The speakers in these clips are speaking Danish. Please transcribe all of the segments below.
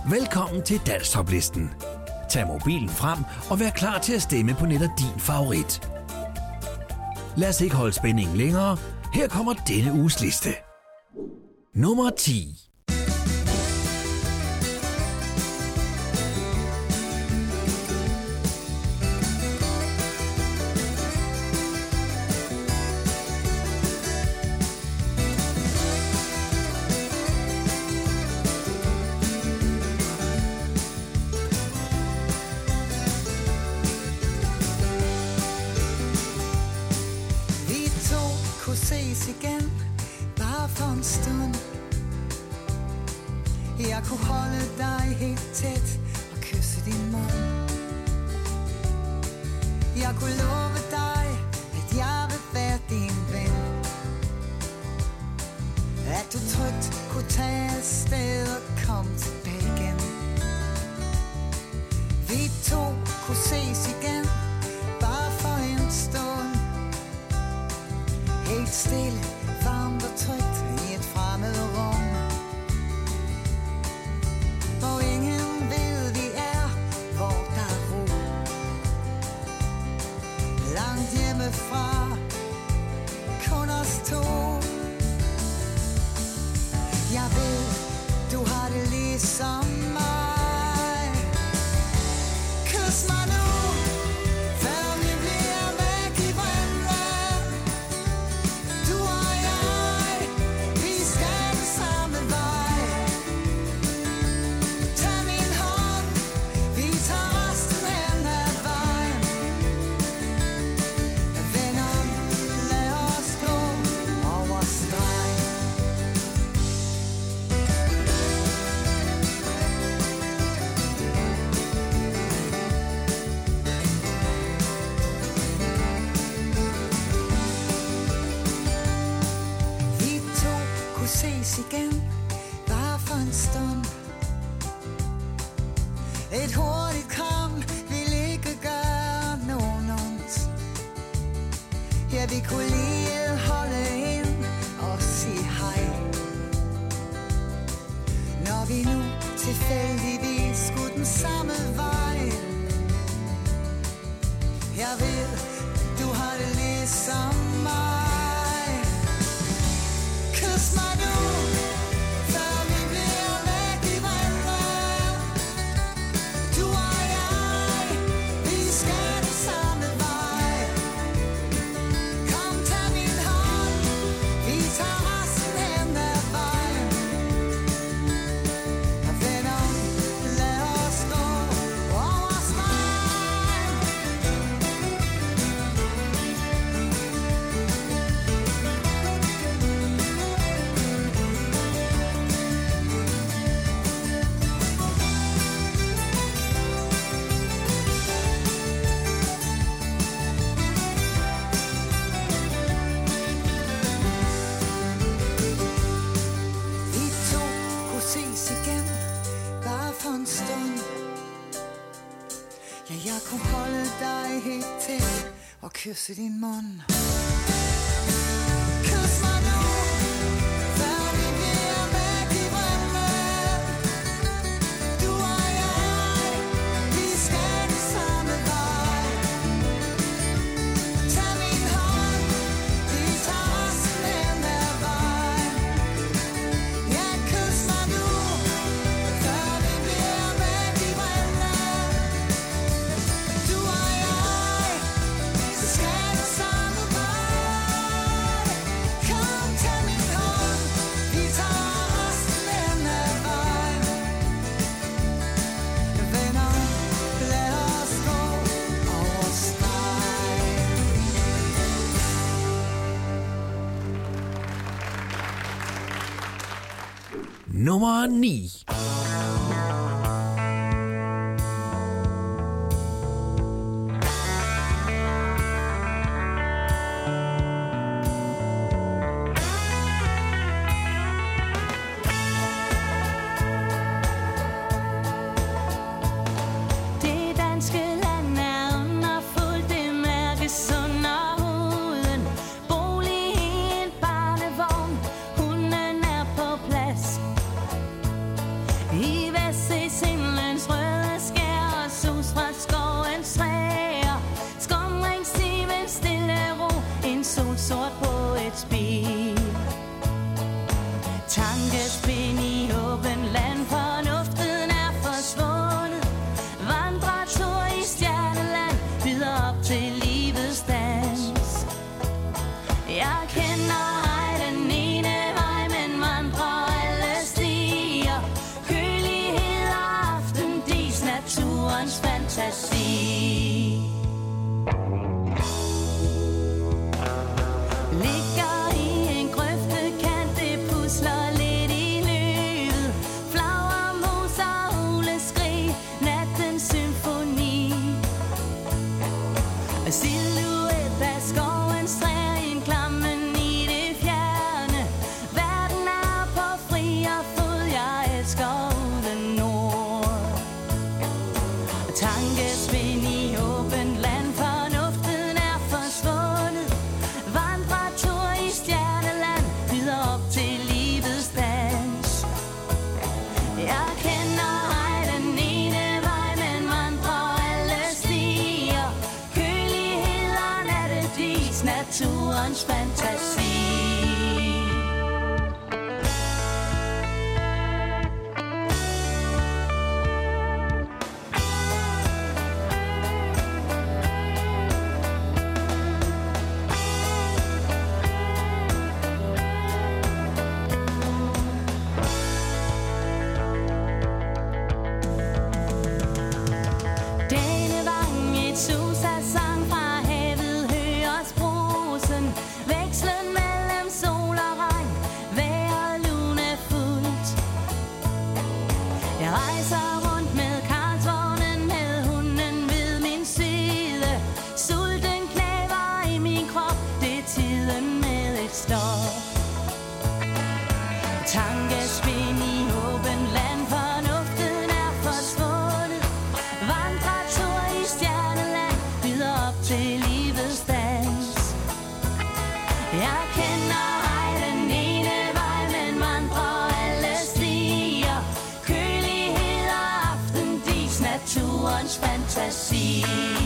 Velkommen til Danstoplisten. Tag mobilen frem og vær klar til at stemme på netop din favorit. Lad os ikke holde spændingen længere. Her kommer denne uges liste. Nummer 10. Ses igen, bare for en stund. Jeg kunne holde dig helt tæt og kysse din mund. Jeg kunne love dig, at jeg vil være din ven. At du trygt kunne tage afsted og komme tilbage igen. Vi to kunne ses igen, bare for en stund. Helt stille, varmt og trygt i et fremmed rum, hvor ingen ved vi er, hvor der er ro. Langt hjemmefra, kun os to. Jeg ved, du har det ligesom mig. Kys mig nu. Ses igen, bare for en stund. Et hurtigt kom vil ikke gøre nogen ondt. Ja, vi kunne lige holde ind og sige hej, når vi nu tilfældigvis skulle den samme vej. Jeg ved, du har det ligesom mig. Kys mig nu, før vi bliver væk i vandet. Du og jeg, vi skal den samme vej. Kom, tag min hånd, vi tager resten hen ad vejen. Og venner, lad os gå over stregen. Jeg kunne holde dig helt tæt og kysse din mund. Kys mig nu, før vi bliver væk i vandet. Du og jeg, vi skal den samme vej. Tag min hånd, vi tager os hen ad vejen. Ja, kys mig nu, før vi bliver væk i vandet. Du og jeg, så skal den samme vej. Kom, tag min hånd, vi tager resten hen ad vejen. Venner, lad os gå over stregen. Nummer 9. Det danske land er underfuldt, det mærkes under huden. Bolig i en barnevogn, hunden er på plads. I et spil. Tankespind i åben land, fornuften er forsvundet. Vandretur i stjerneland, byder op til livets dans. Jeg kender ej den ene vej, men vandrer alle stier. Kølighed og aftendis, naturens fantasi. Ligger i en grøftekant, det pusler lidt i løvet. Flagermus og ugleskrig, nattens symfoni. Silhuet af skovens træer, en klammen i det fjerne. Verden er på fri og fod, jeg elsker uden nord. Tankespind i åbent land, fornuften er forsvundet. Vandretur i stjerneland, byder op til livets dans. Jeg kender ej den ene vej, men vandrer alle stier. Kølighed og nattedis, naturens fantasi. Danevang, et sus af sang fra havet, høres brusen. Vekslen mellem sol og regn, vejret lunefuldt. Jeg rejser rundt med karlsvognen, med hunden ved min side. Sulten knæver i min krop, det er tiden med et stop. Tankespind i åbent land, fornuften er forsvundet. Vandretur i stjerneland, byder op til livets dans. Jeg kender ej den ene vej, men vandrer alle stier. Kølighed og aftendis, naturens fantasi.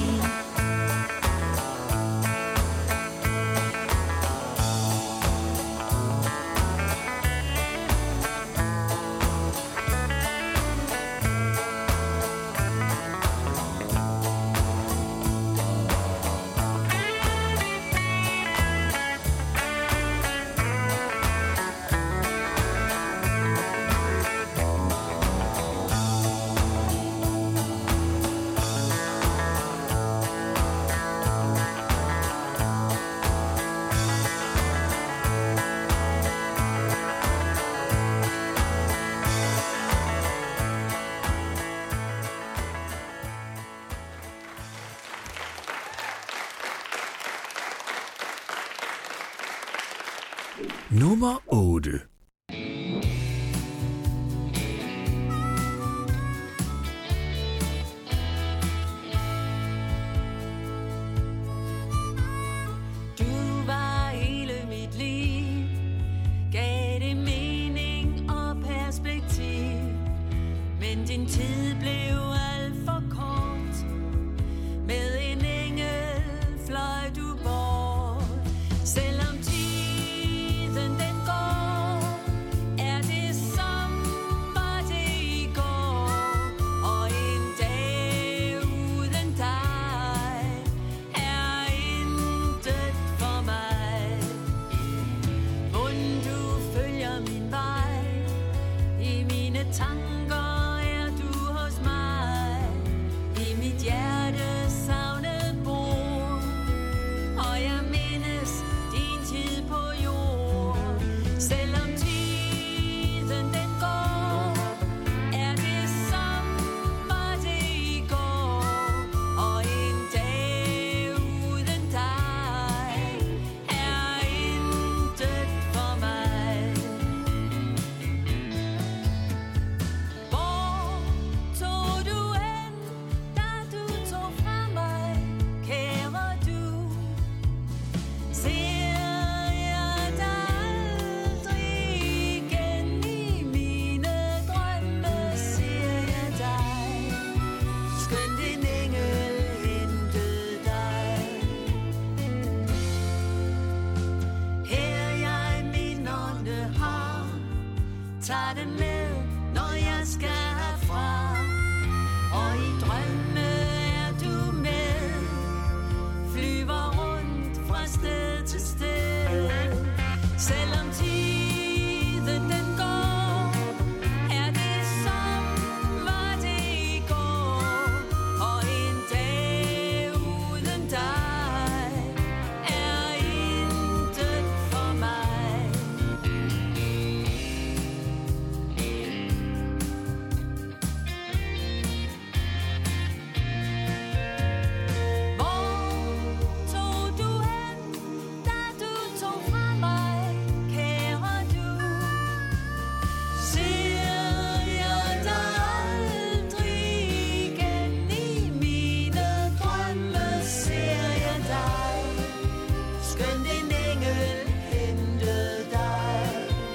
Nummer 8. Du var hele mit liv, gav det mening og perspektiv. Men din tid blev alt for kort. Med en engel fløj du bort. Selvom tiden den går, er det som var det i går. Og en dag uden dig er intet for mig. Hvordan du følger min vej, i mine tanker er du hos mig. Selvom tiden den går, er det som var det i går. Og en dag uden dig er intet for mig. Hvor tog du hen, da du tog fra mig, kære du? Ser jeg dig aldrig igen i mine drømme? Ser jeg dig, skønt en engel hentede dig.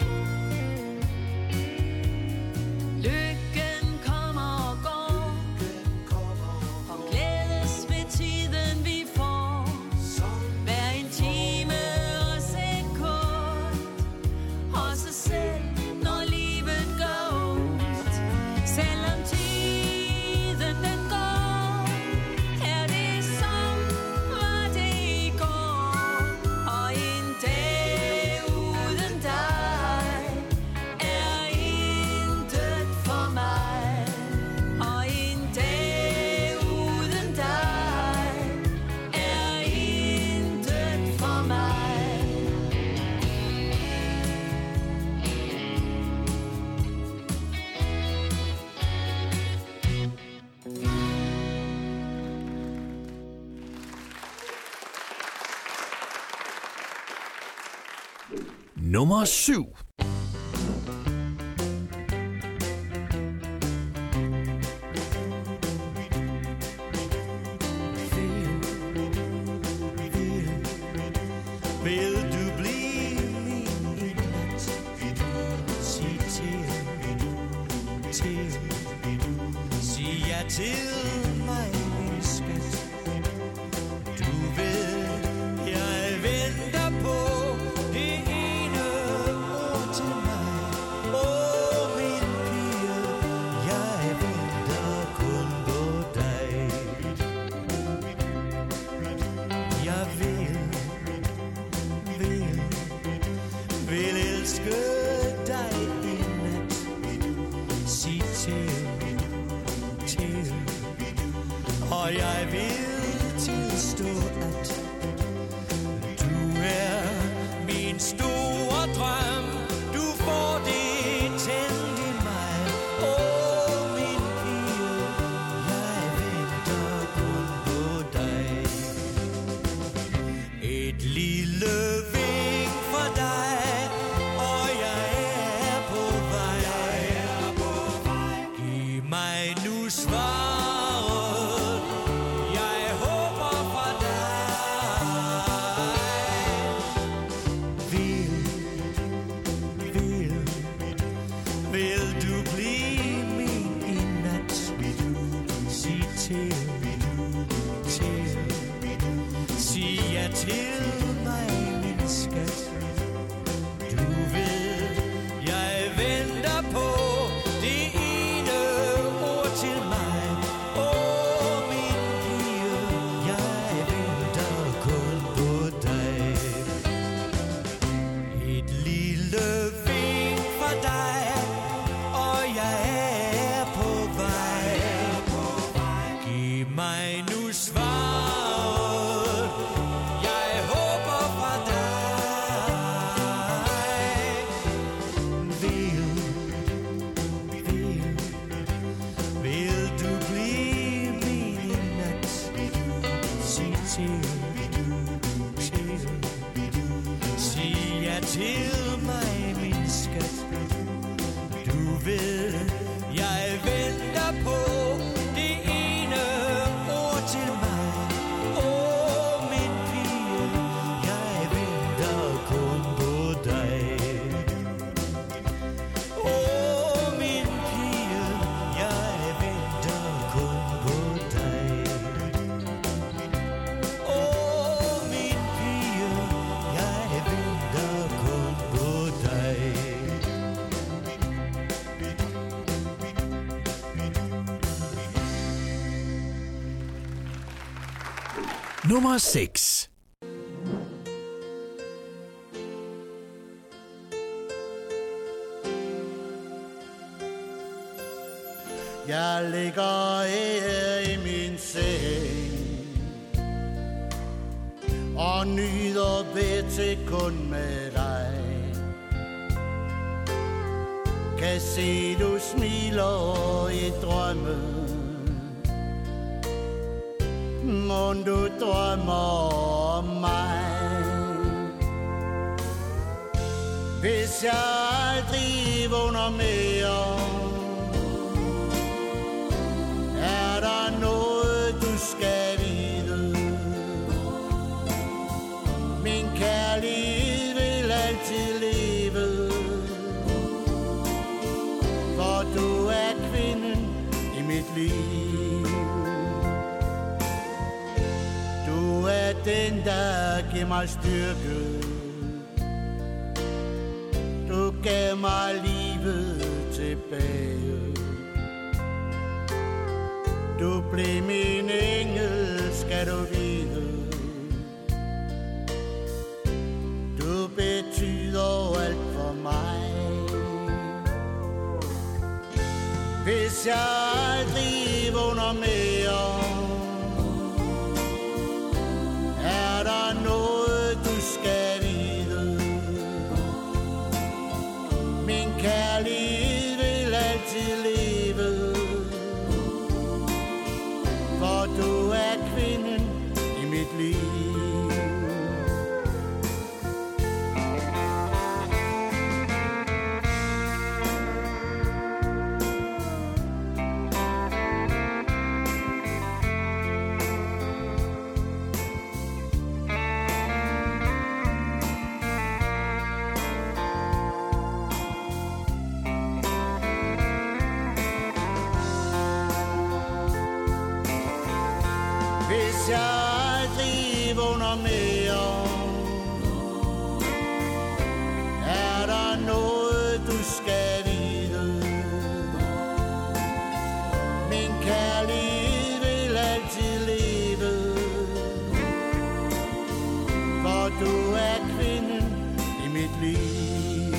Lykken kommer og går, og glædes ved tiden vi får. Hver en time og sekund, også selv når livet går ondt. Selvom tiden den går, er det som var det i går. Og en dag uden dig er intet for mig. Og en dag uden dig er intet for mig. Nummer 7. Vil du blive min i nat? Sig sig ja til mig, min skat. Du ved, jeg venter på det ene ord til mig. Åh, min pige, jeg venter kun på dig. Jeg vil elske dig i nat. Sig til, og jeg vil tilstå, at du er min store drøm. Du får det tændt i mig. Åh, min pige, jeg venter kun på dig. Et lille vink fra dig, og jeg er på vej. Giv mig nu svaret, jeg håber fra dig. Vil du blive min i nat? Sig til, sig ja til mig, min skat. Du ved, jeg venter på det ene ord til mig. Åh, min pige, jeg venter kun på dig. Et lille vink fra dig, og jeg er på vej. Giv mig nu svaret, jeg håber fra dig. Vil du blive min i nat? Sig sig ja til mig, min skat. Du ved, jeg venter på det ene ord til mig. Åh, min pige, jeg venter kun på dig. Åh, min pige, jeg venter kun på dig. Åh, min pige, jeg venter kun på dig. Nummer 6. Jeg ligger her i min seng og nyder hvert sekund med dig. Kan se du smiler i drømme. Mon du drømmer om mig. Hvis jeg aldrig vågner mere, er der noget du skal vide. Min kærlighed vil altid leve, for du er kvinden i mit liv. Du er den, der giver mig styrke. Du gav mig livet tilbage. Du blev min engel, skal du vide. Du betyder alt for mig. Hvis jeg aldrig vågner mere, er der noget du skal vide. Min kærlighed vil altid leve, for du er kvinden i mit liv. Hvis jeg aldrig vågner mere, er der noget du skal vide. Min kærlighed vil altid leve, for du er kvinden i mit liv.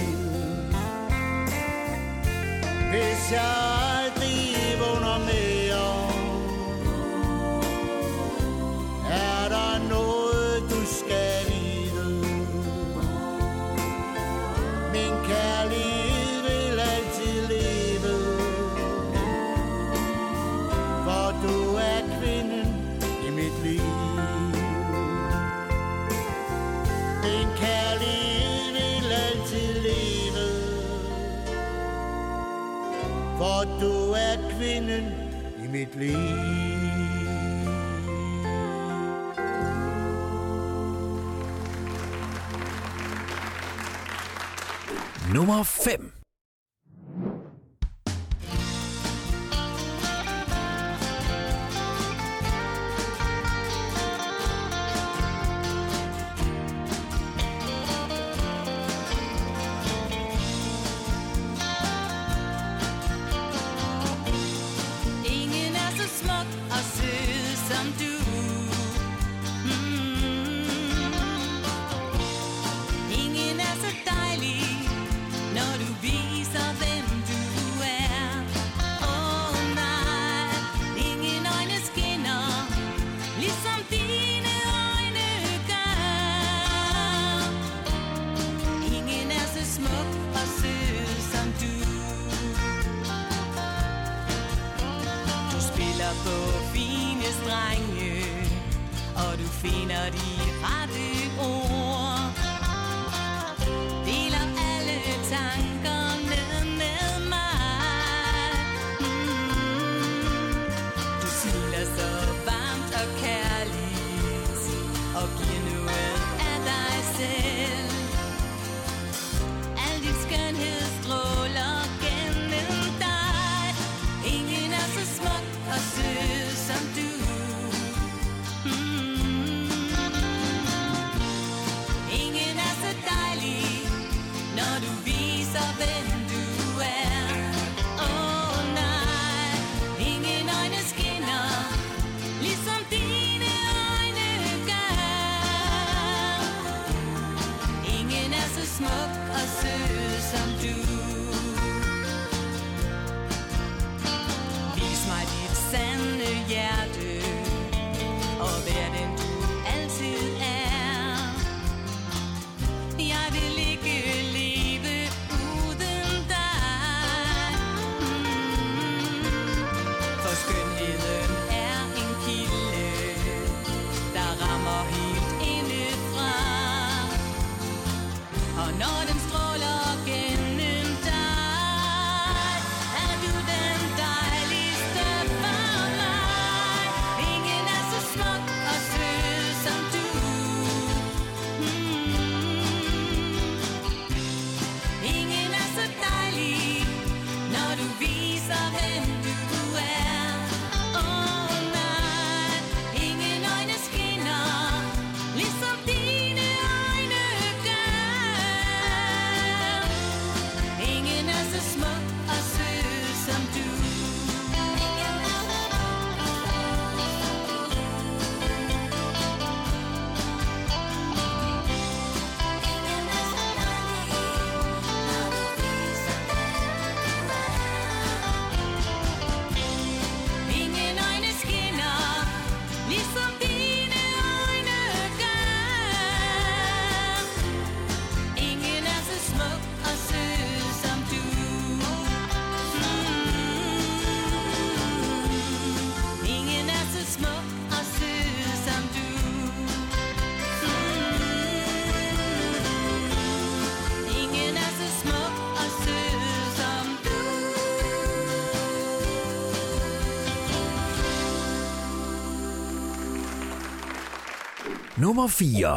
Hvis jeg aldrig vågner mere, er der noget du skal vide. Min kærlighed vil altid leve, for du er kvinden i mit liv. Min kærlighed vil altid leve, for du er kvinden i mit liv. Nummer 5. Ingen er så smuk og sød som du. Ingen er så dejlig, når du viser, hvem du er. Åh nej, ingen øjne skinner, ligesom dine øjne gør. Ingen er så smuk og sød som du. Du spiller på fine strenge, og du finder de rette ord. Deler alle tankerne med mig. Du smiler så varmt og kærligt, og giver noget af dig selv. Al din skønhed stråler gennem dig. Ingen er så smuk og sød som du. Ingen er så dejlig, når du viser, hvem du er. Åh nej, ingen øjne skinner, ligesom dine øjne gør. Ingen er så smuk og sød som du. Nummer 4.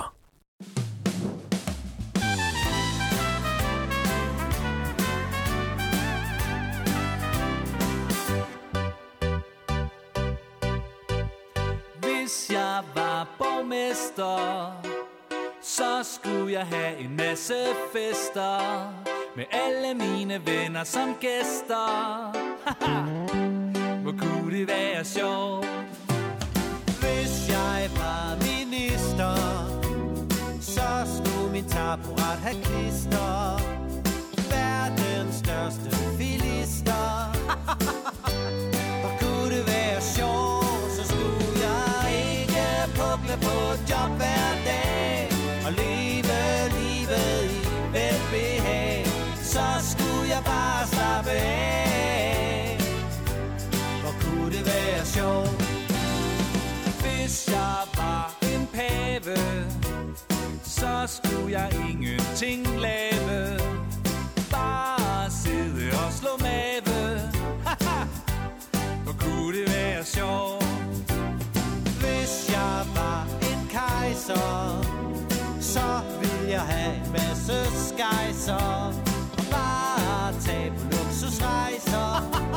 Hvis jeg var borgmester, så skulle jeg have en masse fester med alle mine venner som gæster. Hvor kunne det være sjovt? Hvis jeg var minister, så skulle min taburet have klister. Verdens største filister. Hvor kunne det være sjovt? Så skulle jeg ikke pukle på job hver dag og leve livet i velbehag. Så skulle jeg bare slappe af. Hvor kunne det være sjovt? Hvis jeg var en pave, så skulle jeg ingenting lave. Bare sidde og slå mave. Hvor kunne det være sjovt? Hvis jeg var en kejser, så ville jeg have en masse skejser og bare tage på luksusrejser.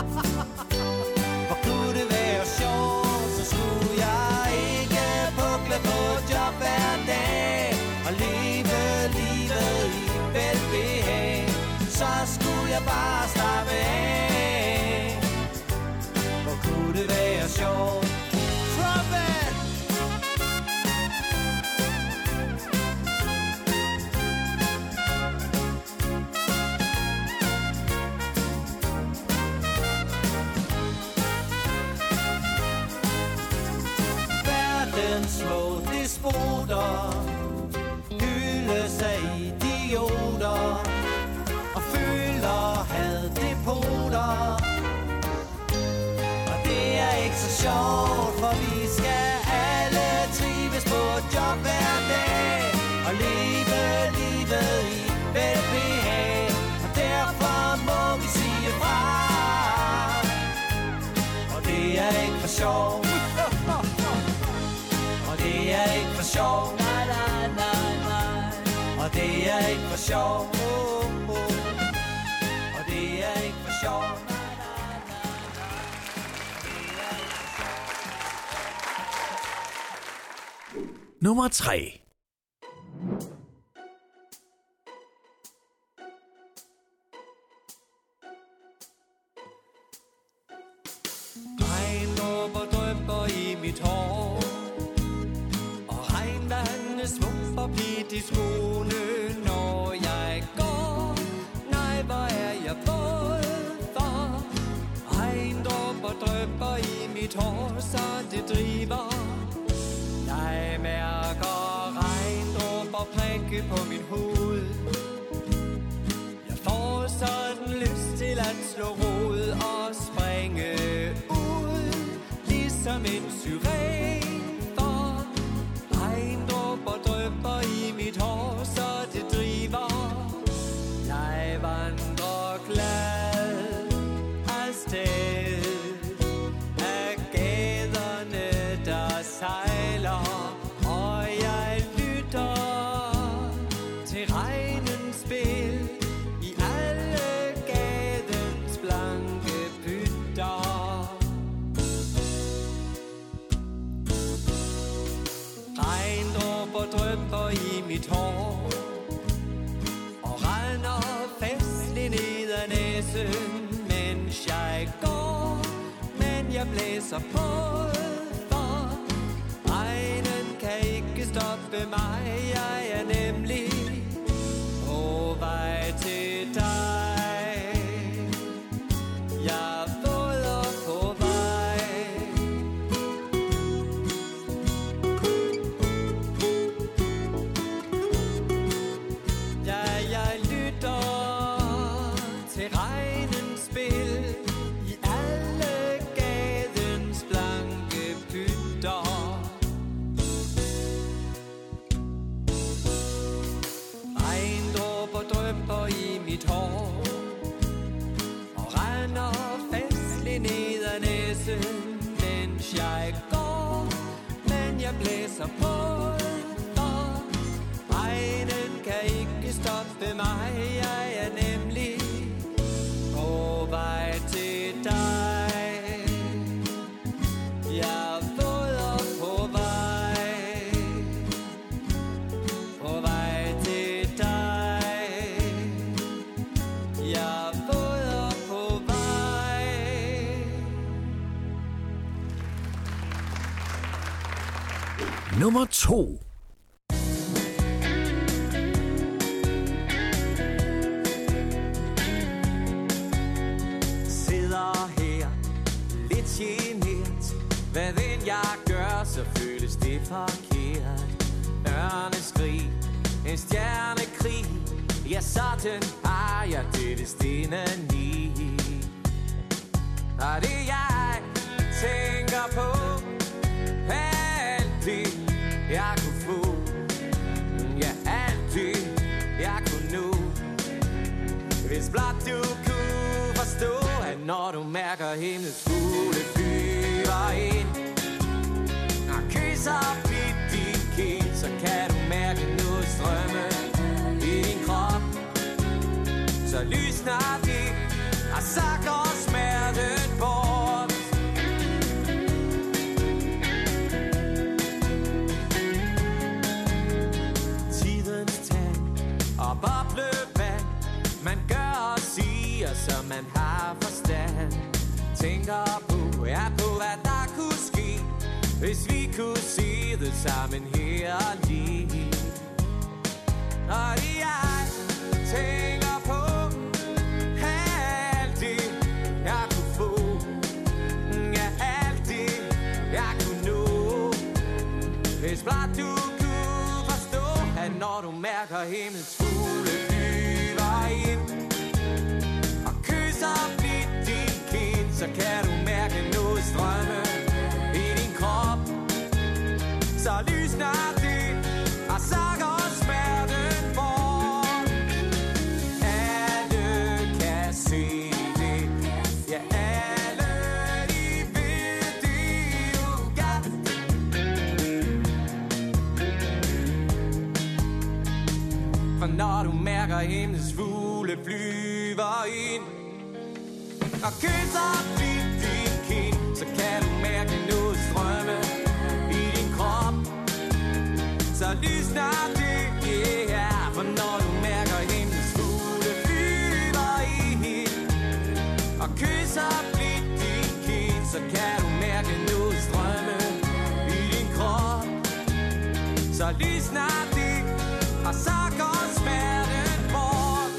Hvor kunne det være sjovt? Så skulle jeg ikke pukle på job hver dag og leve livet i velbehag. Så skulle jeg bare slappe af. Hvor kunne det være sjovt? Trumpet! Verdens små despoter hyldes af idioter og føler haddepoter. Og det er ikke så sjovt, for vi skal alle trives på job hver dag og leve livet i velbehag. Og derfor må vi sige fra. Og det er ikke for sjovt. Og det er ikke for sjov. Nej, nej, nej, nej. Og det er ikke for sjov. Og det er ikke for sjov. Nej, nej, nej, nej. Nummer 3. Regndråber drypper i mit hår, og regnvandet svumper blidt i skoene, når jeg går. Nej, hvor er jeg våd for. Regndråber drypper i mit hår, så det driver. Jeg mærker regndråber prikke på min hud. Jeg får sådan lyst til at slå rod og springe ud, ligesom en syren. For regndråber drypper i mit hår, så det driver. Jeg vandrer glad afsted af gaderne, der sejler, og jeg lytter til regnens spil i alle gadens blanke pytter. Regndråber drypper i mit hår og render festligt ned ad næsen, mens jeg går. Men jeg blæser på, for regnen kan ikke stoppe mig. Jeg er nemlig på vej til dig. Jeg er både på vej. Ja, jeg lytter til regnens spil i alle gadens blanke pytter. Regndråber drypper i mit hår og render festligt ned ad næsen, mens jeg går. Men jeg blæser på, Nummer 2. Sidder her lidt genert. Hvad vil jeg gøre, så føles det forkert. Ørneskrig, en stjernekrig. Ja, sådan har jeg det stenen i. Og det jeg tænker på, alt det jeg kunne få. Ja, alt det jeg kunne nå. Hvis blot du kunne forstå, at når du mærker himlens fugle flyver ind og kysser blidt din kind, så kan du mærke noget strømme i din krop. Så lysner det, og så går smerten bort. Tidens tand og boblevand, man gør og siger, så man har forstand. Tænker på, hvad der kunne ske, hvis vi kunne se det sammen her lige. Og jeg tænker på alt det jeg kunne få. Ja, alt det jeg kunne nå. Hvis blot du kunne forstå, at når du mærker himlens fugle flyver ind og kysser blidt din kind, så kan du mærke noget strømme i din krop. Så lysner det, og så går smerten bort. Alle kan se det, ja, alle de ved det jo godt. For når du mærker himlens fugle flyver ind og kysser blidt din kind, så kan du mærke noget strømme i din krop. Så lysner det, yeah. For når du mærker himlens fugle flyver ind og kysser blidt din kind, så kan du mærke noget strømme i din krop. Så lysner det, og så går smerten bort.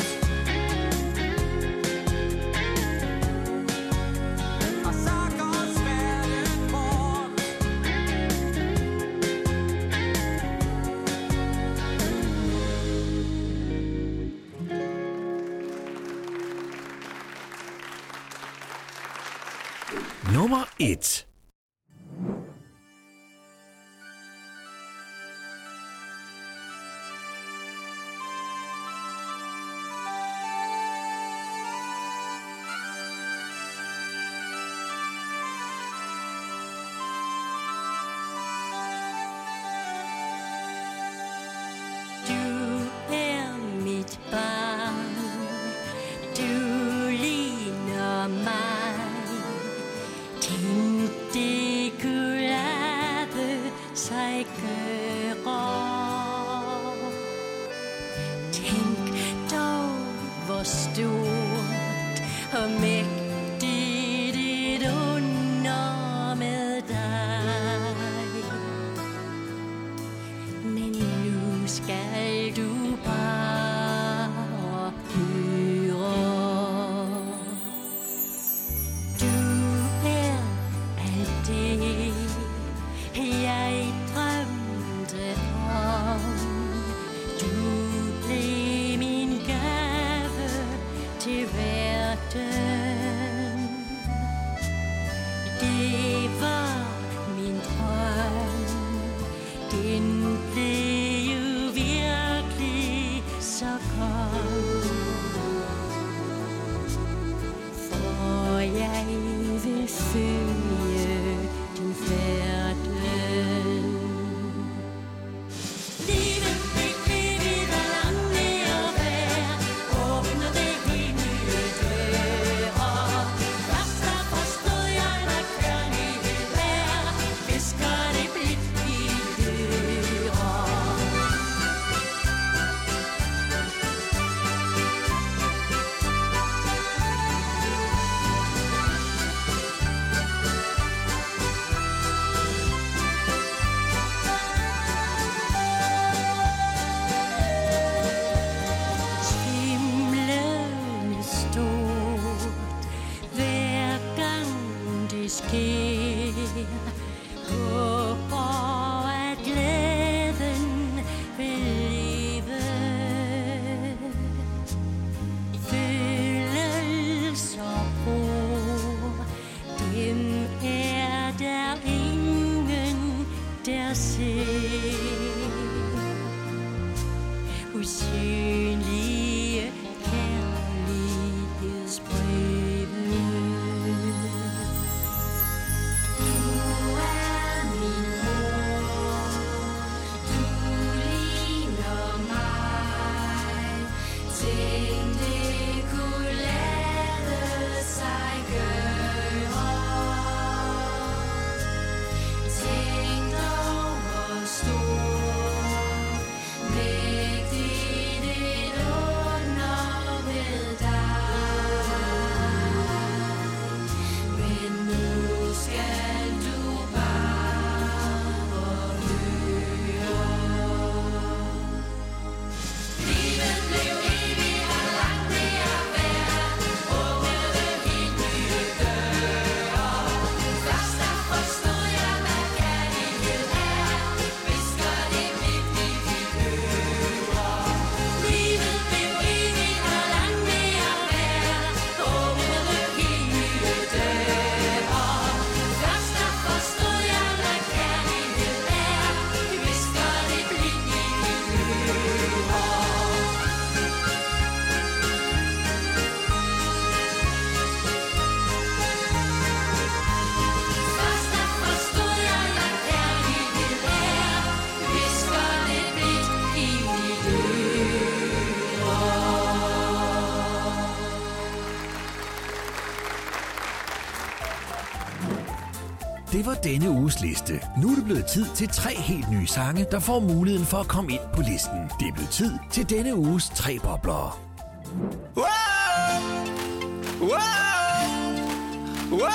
Og så går smerten bort. Nummer 1. Du er mit barn, du ligner mig. Tænk, det kunne lade sig gøre. Tænk dog, hvor stort og mægtigt et under med dig. Men nu skal du bare høre. Du er alt det, jeg drømte om. Du blev min gave Det var denne uges liste. Nu er det blevet tid til 3 helt nye sange, der får muligheden for at komme ind på listen. Det er blevet tid til denne uges 3 boblere. Wow! Wow! Wow!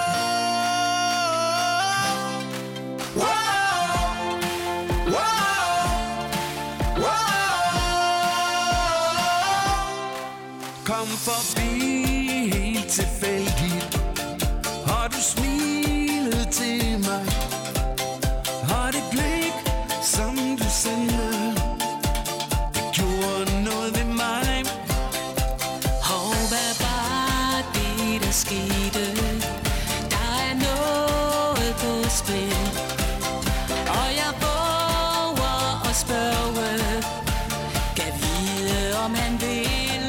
Kom forbi helt tilfældigt, har du smilet til mig, har det blik, som du sendte, det gjorde noget ved mig. Hov, hvad var det, der skete? Der er noget på spil, og jeg våger at spørge, kan vide, om han vil.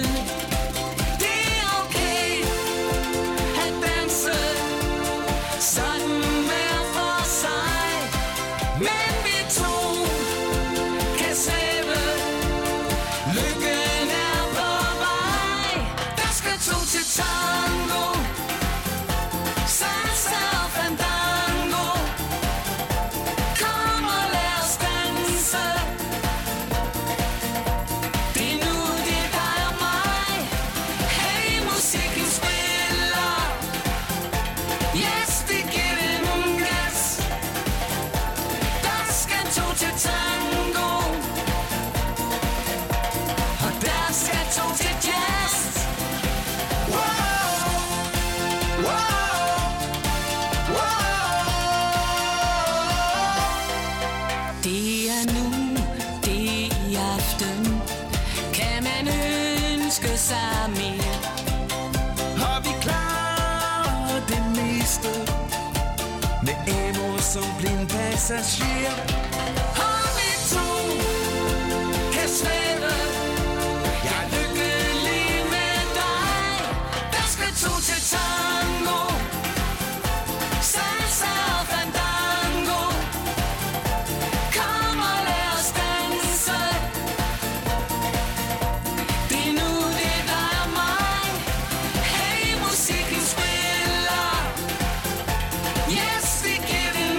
Som blind passager, og vi to kan svæve. Jeg er lykkelig med dig. Der skal to til tango, salsa og fandango. Kom og lad os danse. Det er nu, det er dig og mig. Hey, musikken spiller. Yes, vi giver den.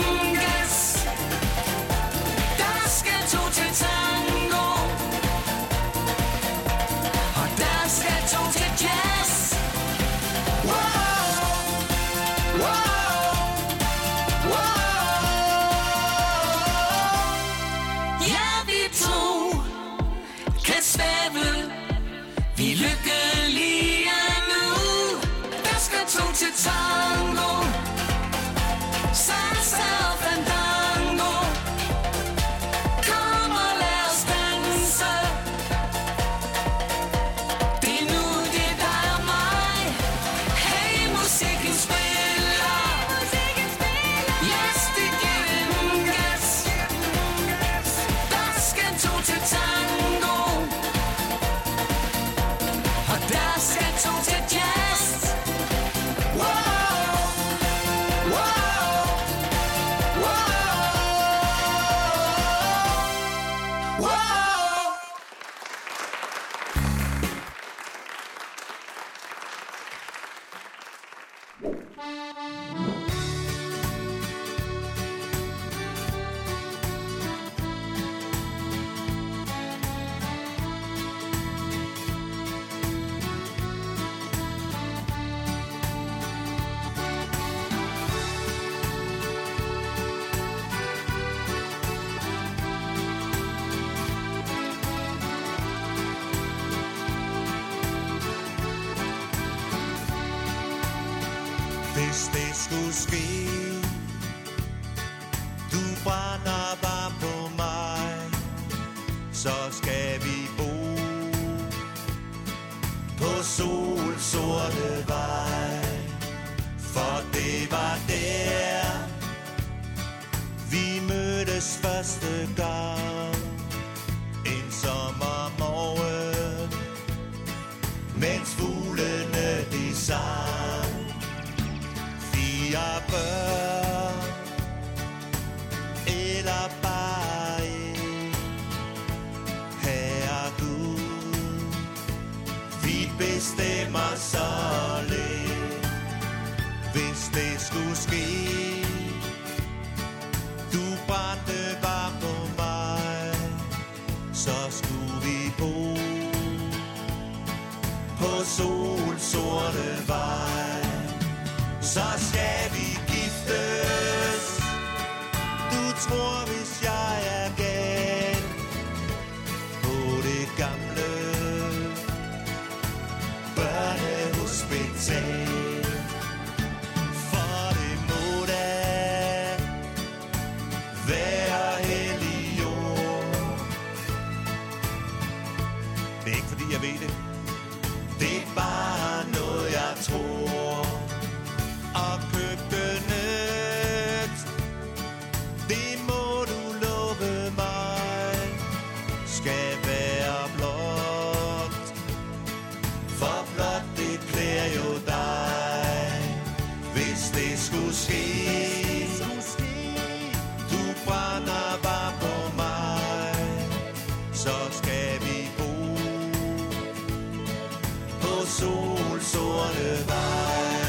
Tango, salsa og fandango. Kom og lad os danse. Det er nu, det er dig og mig. Hey, musikken spiller. Yes, det giver den gas. Der skal to til tango, og der skal to til jazz. Hvis det skulle ske, du brænder varmt på mig, så skal vi bo på solsorte vej. For det var der, vi mødtes første gang, en sommermorgen, mens fuglene de sang. 4 børn, eller bare en, Herre Gud, vi bestemmer så lidt. Hvis det skulle ske, brændte varmt på mig, så skulle vi bo på solsorte vej. Så skal vi giftes. Du tror, hvis jeg er gal på det gamle børnehospital. For det må da være hellig jord. Det er ikke fordi jeg ved det. Det er bare noget jeg tror. Og køkkenet, det må du love mig, skal være blåt. For blåt det klæder jo dig, hvis det skulle ske. Du brænder bare på mig, så skal vi bo på solsorte vej.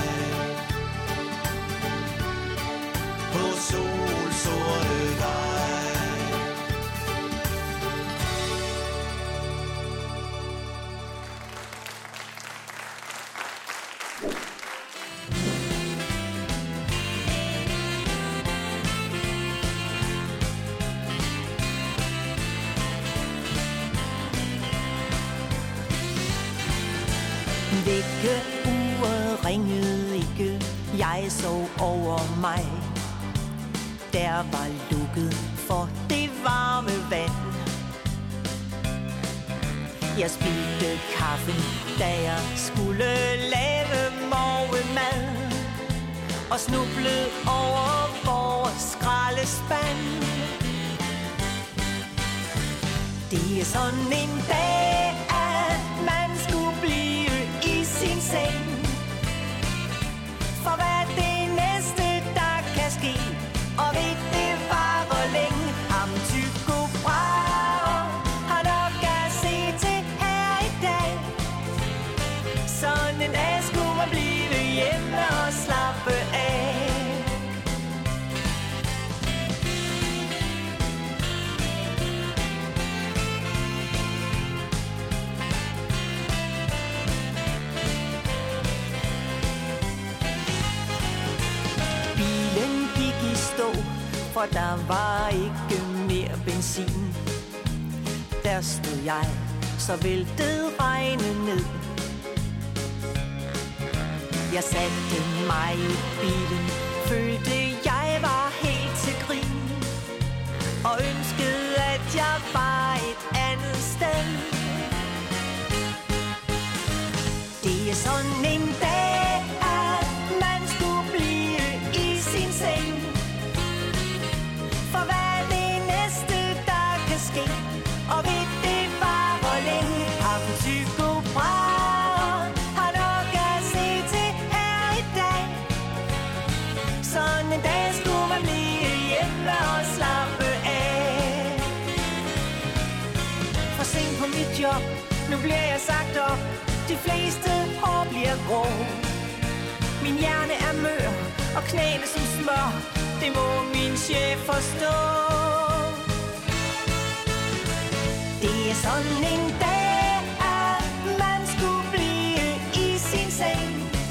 På solsorte vej. Vækkeuret ringede ikke, jeg sov over mig. Der var lukket for det varme vand. Jeg spildte kaffen, da jeg skulle lave morgenmad, og snublede over vores skraldespand. Det er sådan en dag, at man skulle blive i sin seng. For hvad er det næste, der kan ske? Og ved det var hvor længe. Ham Tycho Brahe har nok at se til her i dag. Sådan en dag skulle man blive hjemme og slappe af. Bilen gik i stå, for der var ikke mere benzin. Der stod jeg, så væltede regnen ned. Jeg satte mig i bilen, følte jeg var helt til grin, og ønskede at jeg var et andet sted. Det er sådan en dag, at man skulle blive i sin seng. For hvad er det næste, der kan ske? Og ved det var hvor længe. Ham Tycho Brahe har nok at se til her i dag. Sådan en dag skulle man blive hjemme og slappe af. For sent på mit job, nu bliver jeg sagt op. De fleste hår bliver grå. Min hjerne er mør og knæene som smør. Det må min chef forstå. Det er sådan en dag, at man skulle blive i sin seng.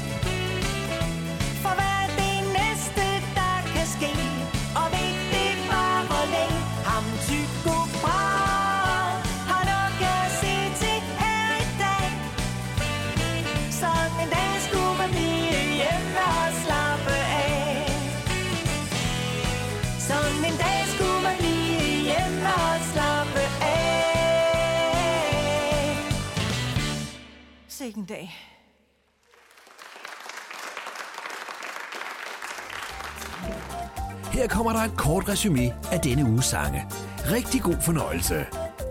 For hvad er det næste, der kan ske? Og ved det var hvor længe. Ham Tycho Brahe har nok at se til her i dag. Sådan en dag skulle man blive hjemme og slappe af. Sådan en dag skulle man blive hjemme og slappe af. Sikken dag. Her kommer der et kort resumé af denne uges sange. Rigtig god fornøjelse.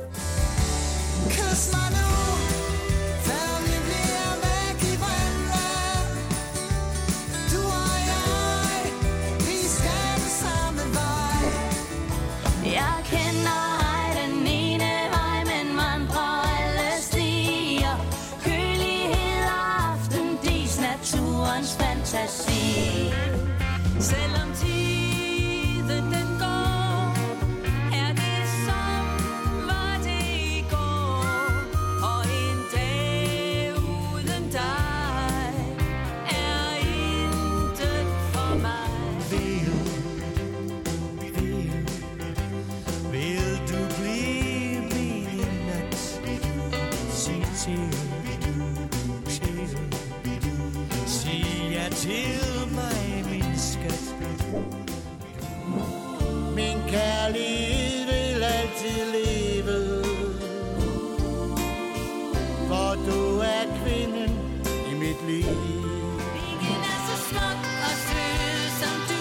Kys mig nu, før vi bliver væk i vremle. Du og jeg, vi skal den samme vej. Jeg kender ej den ene vej, men vandrer alle stier. Kølighed og aftendis, naturens fantasi. Selvom tiden den går, Vær til mig, min skat. Min kærlighed vil altid leve, for du er kvinden i mit liv. Ingen er så smuk og sød som du.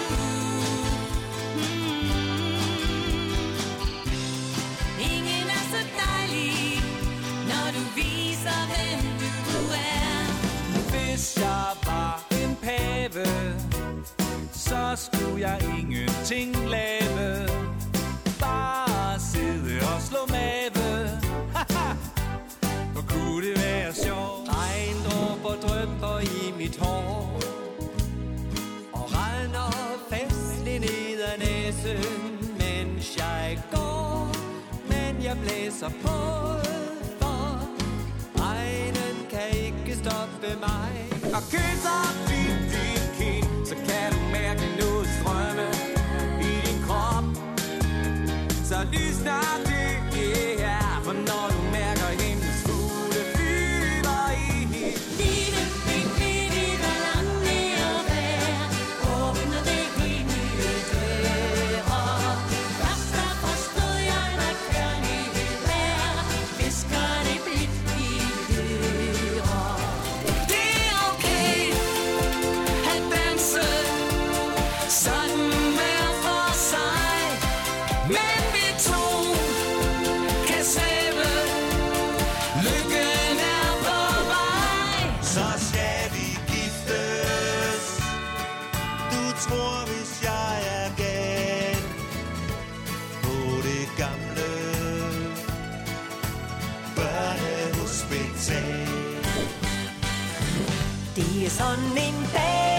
Ingen er så dejlig, når du viser, hvem du er. Hvis jeg var en pave, så skulle jeg ingenting lave. Bare sidde og slå mave. Hvor kunne det være sjovt? Regndråber drypper i mit hår og render festligt ned ad næsen, mens jeg går. Men jeg blæser på, for regnen kan ikke stoppe mig. Og kysser din kind, så kan du mærke noget strømme i din krop. Så lysner det her, for når du mærker himlens fugle flyver i. Livet, mit liv i balance og vejr, åbner det helt nye døre. Først der forstod jeg, hvad kærlighed er, visker det blidt i ører. Det er okay at danse sådan hver for sig, men vi to kan svæve. Lykken er på vej. Så skal vi giftes. Du tror, hvis jeg er gal på det gamle børnehospital. Det er sådan en dag